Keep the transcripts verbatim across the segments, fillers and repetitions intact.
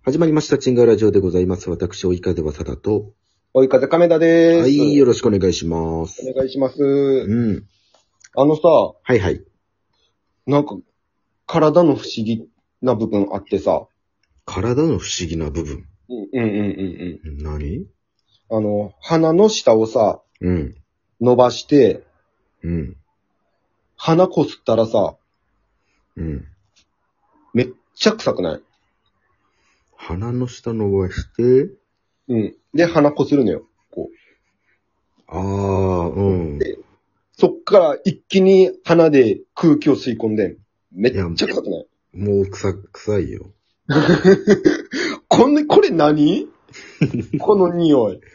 始まりました。チンガーラジオでございます。私、追い風はさだと。 追い風亀田でーす。 はい、よろしくお願いします。 お願いします。 うん。 あのさ、 はいはい。 なんか、体の不思議な部分あってさ。 体の不思議な部分。 うんうんうんうんうん。 何？ あの、鼻の下をさ、 うん。 伸ばして、 うん。 鼻こすったらさ、 うん。 めっちゃ臭くない？ 鼻の下伸ばして、 うん。で、鼻こするのよ。こああ、うん。 で、そっから一気に鼻で空気を吸い込んで、めっちゃ臭くない？ もう臭、臭いよ。 こんな、これ何？この匂い。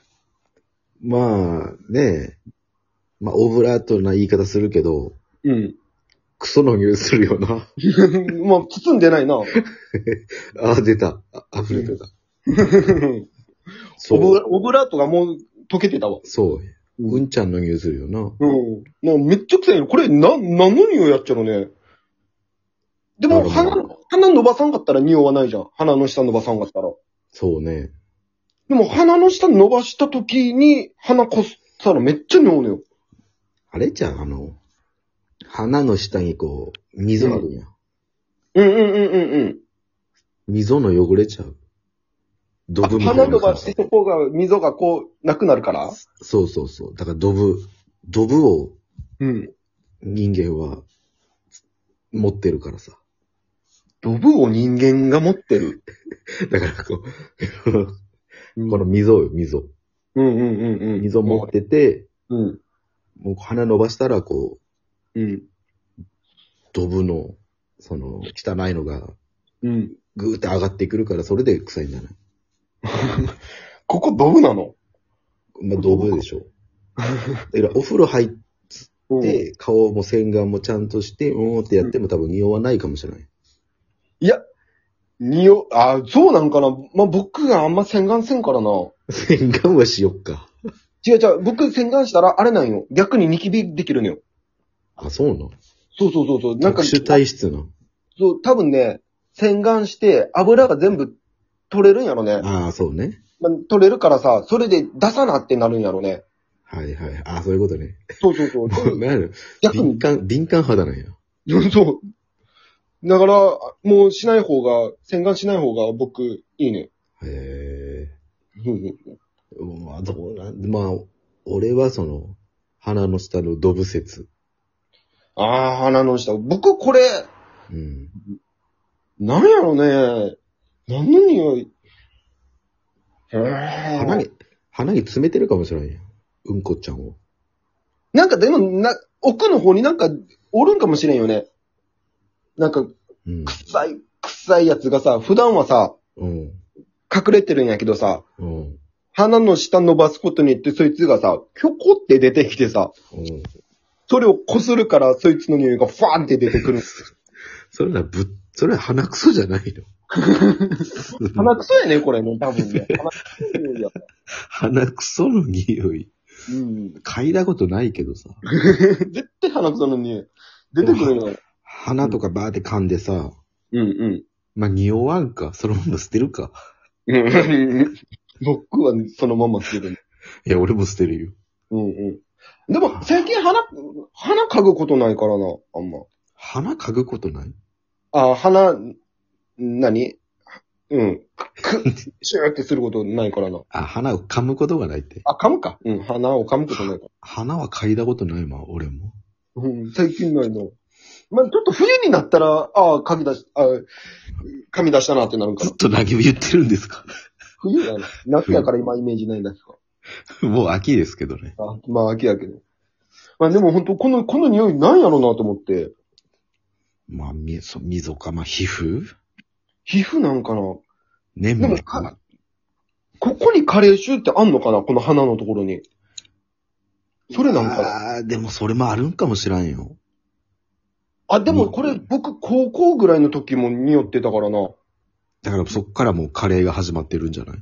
まあ、ねえ。まあ、オブラートな言い方するけど、 うん。 クソの匂いするよな。 まあ、包んでないな。 ああ、出た。あ、溢れてた。 オブラ、オブラートがもう溶けてたわ。 そう。 うん、 うんちゃんの匂いするよな。 うん。なめっちゃ臭いよ。これ、な、何の匂いやっちゃろね。でも、鼻、鼻伸ばさんかったら匂わないじゃん。鼻の下伸ばさんかったら。 そうね。 でも、鼻の下伸ばした時に、鼻こすったらめっちゃ匂うのよ。 あれじゃん、あの、鼻の下にこう、溝あるやん。 うんうんうんうんうん。 溝の汚れちゃう。ドブみたいな。 鼻伸ばしてそこが、溝がこう、なくなるから。 そうそうそう。だからドブ、ドブを、 うん。 人間は、持ってるからさ。 ドブを人間が持ってる。 だからこう、この溝よ、溝。 うんうんうんうん。 溝持ってて、 うん。 もう鼻伸ばしたらこう、うん。 ドブの、その、汚いのが、 うん。 ぐーって上がってくるから、それで臭いんじゃない？ ここドブなの？ まあ、ドブでしょ。だからお風呂入って、顔も洗顔もちゃんとして、うーんってやっても多分匂わないかもしれない。 いや、匂、あ、そうなんかな。まあ、僕があんま洗顔せんからな。 洗顔はしよっか。 違う違う、僕洗顔したらあれなんよ。逆にニキビできるのよ。 あ、そうなの？ そうそうそうそう。なんか、 特殊体質の。 そう、多分ね、洗顔して油が全部取れるんやろね。 ああ、そうね。 まあ、取れるからさ、それで出さなってなるんやろね。 はいはい。ああ、そういうことね。 そうそうそう。 もう、なんやろ。 逆に敏。感、敏感肌なんや。 そう。だから、もうしない方が、洗顔しない方が僕、いいね。 へえ。 うんまあ、どうなん、まあ、俺はその、鼻の下のドブ説。 ああ、鼻の下。僕これ、 うん。 なんやろね。何の匂い？へえ。 鼻に、鼻に詰めてるかもしれないやん。うんこちゃんを。 なんかでも、な、奥の方になんかおるんかもしれんよね。なんか、 うん。 臭い、臭いやつがさ、普段はさ、 うん。 隠れてるんやけどさ、 うん。 鼻の下伸ばすことによってそいつがさ、ひょこって出てきてさ、 うん。 それをこするからそいつの匂いがファーンって出てくる。 それはぶっ、それは鼻くそじゃないの。 鼻くそやね、これね、多分ね。鼻くその匂いや。 鼻くその匂い。 うん。 嗅いだことないけどさ。 絶対鼻くその匂い。出てくるよ。 鼻とかバーって噛んでさ、 うんうん。 まあ、匂わんか。そのまま捨てるか。 うん僕はそのまま捨てる。 いや、俺も捨てるよ。 うんうん。でも、最近鼻、鼻嗅ぐことないからな、あんま。 鼻嗅ぐことない？ あ、鼻、何うん。く、シューってすることないからな。 あ、鼻を噛むことがないって。 あ、噛むか。うん、鼻を噛むことないから。 鼻は嗅いだことないわ、俺も。 うん、最近ないの。まあ、ちょっと冬になったら、ああ、嗅ぎ出し、あ噛み出したなってなるかな。 ずっと何を言ってるんですか？ 冬やな。夏やから今イメージないんですか。 もう秋ですけどね。 あ、まあ、秋やけど。まあ、でも本当この、この匂いなんやろうなと思って。 まあ、み、そ、溝か、まあ、皮膚皮膚なんかな。 粘でも膜。 ここに加齢臭ってあんのかなこの鼻のところに。それなんかな。 ああ、でもそれもあるんかもしらんよ。 あ、でもこれ僕高校ぐらいの時も匂ってたからな。 だからそっからもうカレーが始まってるんじゃない？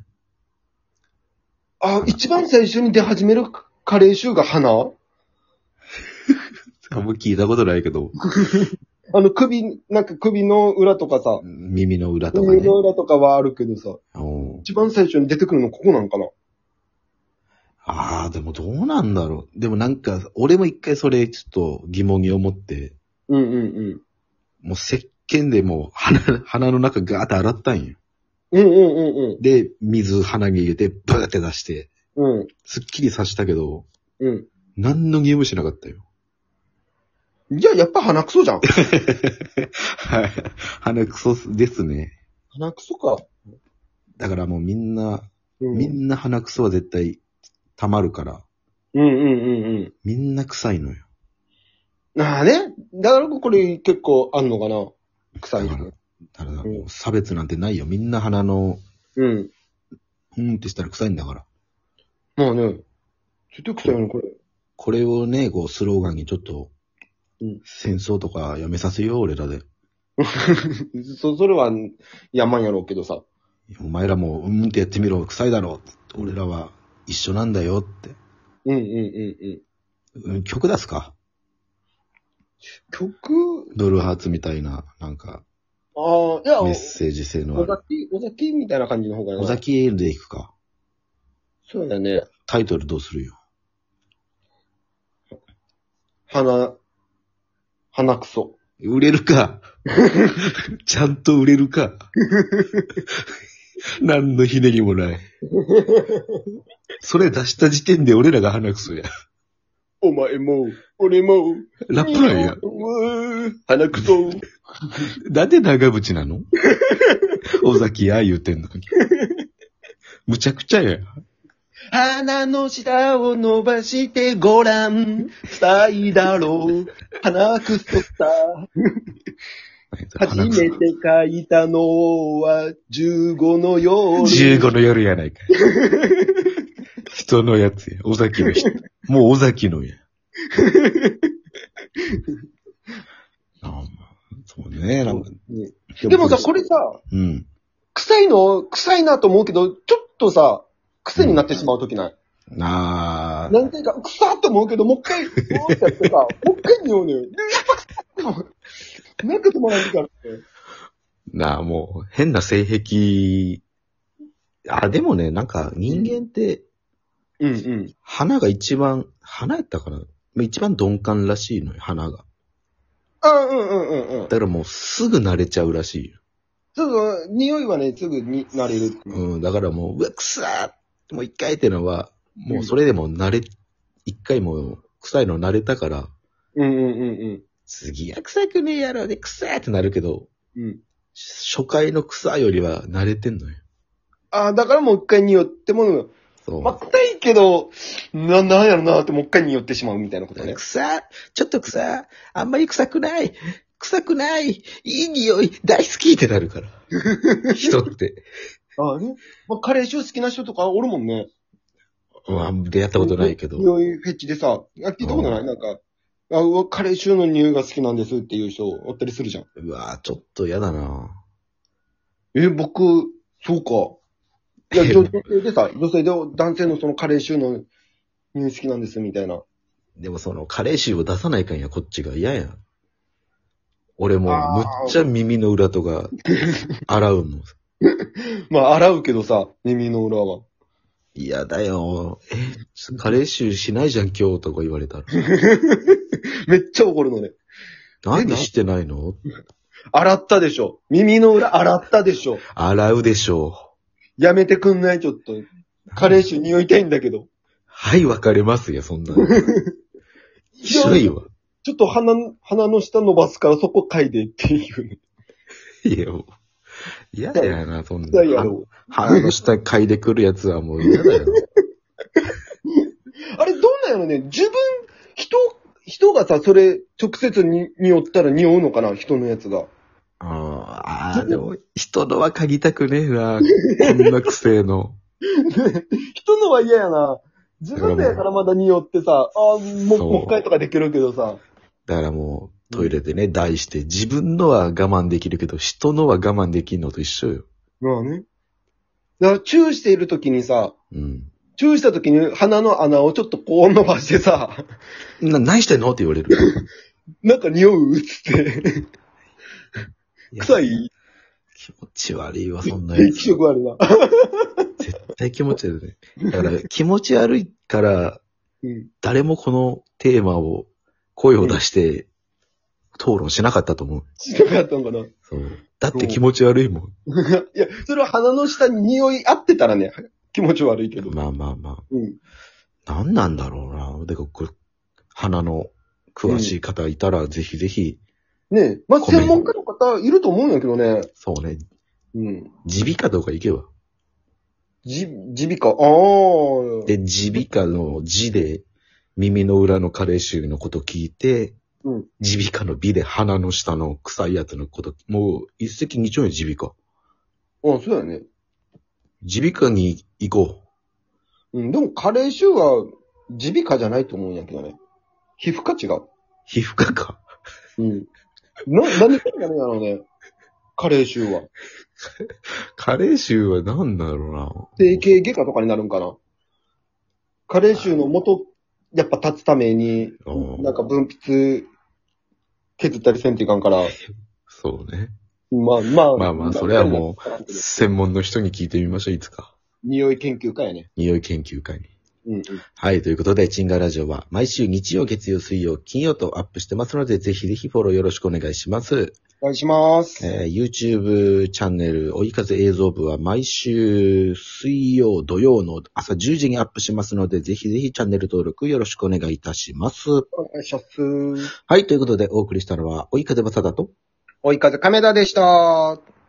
あ、一番最初に出始める加齢臭が鼻？ あんま聞いたことないけど。 あの首、なんか首の裏とかさ、 耳の裏とかね。 耳の裏とかはあるけどさ、 おう一番最初に出てくるのここなんかな。 ああ、でもどうなんだろう。でもなんか、俺も一回それちょっと疑問に思って、 うんうんうん。 もう石鹸でもう鼻、鼻の中ガーって洗ったんよ。 うんうんうんで、水鼻に入れて、ブーって出して、 うん。うん。 すっきりさしたけど、 うん。 何の匂いもしなかったよ。 じゃあやっぱ鼻くそじゃん。 はい。鼻くそですね。 鼻くそか。 だからもうみんな、 うん。 みんな鼻くそは絶対溜まるから、 うんうんうんうん。 みんな臭いのよ。 ああね。だからこれ結構あんのかな。臭い人。 だから、だからもう差別なんてないよ。みんな鼻の、 うん。 うんってしたら臭いんだから。 まあね。ちょっと臭いのこれ。 これをね、こうスローガンにちょっと、 うん戦争とかやめさせよう、俺らで。 そ、それは、やまんやろうけどさ。 お前らも、うんってやってみろ、臭いだろ。俺らは一緒なんだよって。 うんうんうんうん。 うん、曲出すか。 曲、 ブルーハーツみたいな、なんか、 ああ、いや、 メッセージ性のあおる。 酒、お酒みたいな感じの方が尾崎エールでいくか。 そうだね。 タイトルどうするよ。 鼻、鼻くそ。 売れるか。ちゃんと売れるか。何のひねりもない。それ出した時点で俺らが鼻くそや。 お前も、俺も、 ラップなんや。 うー鼻くそ。 なんで長渕なの尾崎や言うてんのに。むちゃくちゃや。 鼻の下を伸ばしてごらん。したいだろう。鼻くそさ。初めて書いたのはじゅうごの夜。 じゅうごの夜やないか。人のやつや。尾崎の人。もう尾崎のや。あそうね。なんかでもさ、これさ、 うん。 臭いの、臭いなと思うけど、ちょっとさ、癖になってしまうときない。 あー。 なんていうか、臭っと思うけど、もう一回、もうってやってさ、もう一回匂うのよ。で、やっぱ臭っってなんか止まらん時あるって。 なあ、もう、変な性癖。あ、でもね、なんか、人間って、 うんうん。 鼻が一番、鼻やったかな一番鈍感らしいのよ、鼻が。 あうんうんうんうん。 だからもう、すぐ慣れちゃうらしいよ。 すぐ、匂いはね、すぐに慣れる。 うん、だからもう、うわ、臭ーもう一回ってのは、もうそれでも慣れ、一回もう、臭いの慣れたから、 うんうんうんうん。 次は臭くねえやろで、臭ーってなるけど、 うん。 初回の臭よりは慣れてんのよ。 ああ、だからもう一回匂っても、 そう。 まあ、臭いけど、な、なんやろなってもう一回匂ってしまうみたいなことね。 臭ちょっと臭あんまり臭くない臭くないいい匂い大好きってなるから。人って。 ああね。まあ、カレー臭好きな人とかおるもんね。 まあ、出会ったことないけど。 匂いフェチでさ、あ聞いたことないなんか、あ、うわカレー臭の匂いが好きなんですっていう人おったりするじゃん。 うわぁ、ちょっと嫌だなえ、僕、そうか。いや、女性でさ、女性で男性のそのカレー臭の匂い好きなんですみたいな。 でもその、カレー臭を出さないかんや、こっちが嫌や。俺もう、 あーむっちゃ耳の裏とか、洗うの。 まあ、洗うけどさ、耳の裏は。 嫌だよ。え、カレー臭しないじゃん、今日とか言われたら。 めっちゃ怒るのね。 なんでしてないの洗ったでしょ。耳の裏洗ったでしょ。 洗うでしょやめてくんないちょっと。カレー臭匂いたいんだけど。 う。はい、分かれますよ、そんなの。ひどいわ。 ちょっと鼻、鼻の下伸ばすからそこ嗅いでっていうね。 いや、もう。嫌だよな、そんな。 臭いやろ。 鼻の下嗅いでくるやつはもう嫌だよ。 あれどうなんやろね自分、人、人がさ、それ直接に匂ったら匂うのかな人のやつが。 ああ、でも、人のは嗅ぎたくねえな。こんな癖の。 人のは嫌やな。自分のやからまだ匂ってさ、ああ、も、 そうもう一回とかできるけどさ。 だからもう、トイレでね、台して、自分のは我慢できるけど、人のは我慢できんのと一緒よ。 まあね。だから、チューしている時にさ、 うん。 チューした時に鼻の穴をちょっとこう伸ばしてさ、 な、何してんのって言われる。 なんか匂うっつって。 臭い。 気持ち悪いわ、そんなえ、 やつ。 気色悪いな。 絶対気持ち悪いね。だから、気持ち悪いから、 うん。 誰もこのテーマを、声を出して、討論しなかったと思う。 しなかったのかな。 そう。だって気持ち悪いもん。 いや、それは鼻の下に匂い合ってたらね、気持ち悪いけど。 まあまあまあ。 うん。 なんなんだろうな。で、これ、鼻の詳しい方いたら、ぜひぜひ。 ねえ。まあ、 コメント専門家の方いると思うんやけどね。 そうね。 うん。 耳鼻科とか行けば。 じ、耳鼻科。ああ。 で、耳鼻科の字で、耳の裏の加齢臭のこと聞いて、 うん。 耳鼻科の鼻で鼻の下の臭いやつのこと、もう一石二鳥よ、耳鼻科。 ああ、そうやね。 耳鼻科に行こうん。でも、加齢臭は、耳鼻科じゃないと思うんやけどね。皮膚科違う。 う。皮膚科か。 うん。な、何かになるんやろうね。加齢臭は。 加齢臭は何だろうな。 整形外科とかになるんかな。加齢臭の元、やっぱ立つために、 うんなんか分泌、削ったりせんといかんから。 そうね。 まあまあ。 まあまあ、それはもう、専門の人に聞いてみましょう、いつか。 匂い研究家やね。 匂い研究会に。 うんうん。 はい、ということで、チンガラジオは毎週日曜、月曜、水曜、金曜とアップしてますので、ぜひぜひフォローよろしくお願いします。 お願いします。 えー、YouTube チャンネル、追い風映像部は毎週水曜、土曜の朝じゅうじにアップしますので、ぜひぜひチャンネル登録よろしくお願いいたします。 お願いします。 はい、ということでお送りしたのは、追い風バサダと、 追い風亀田でした。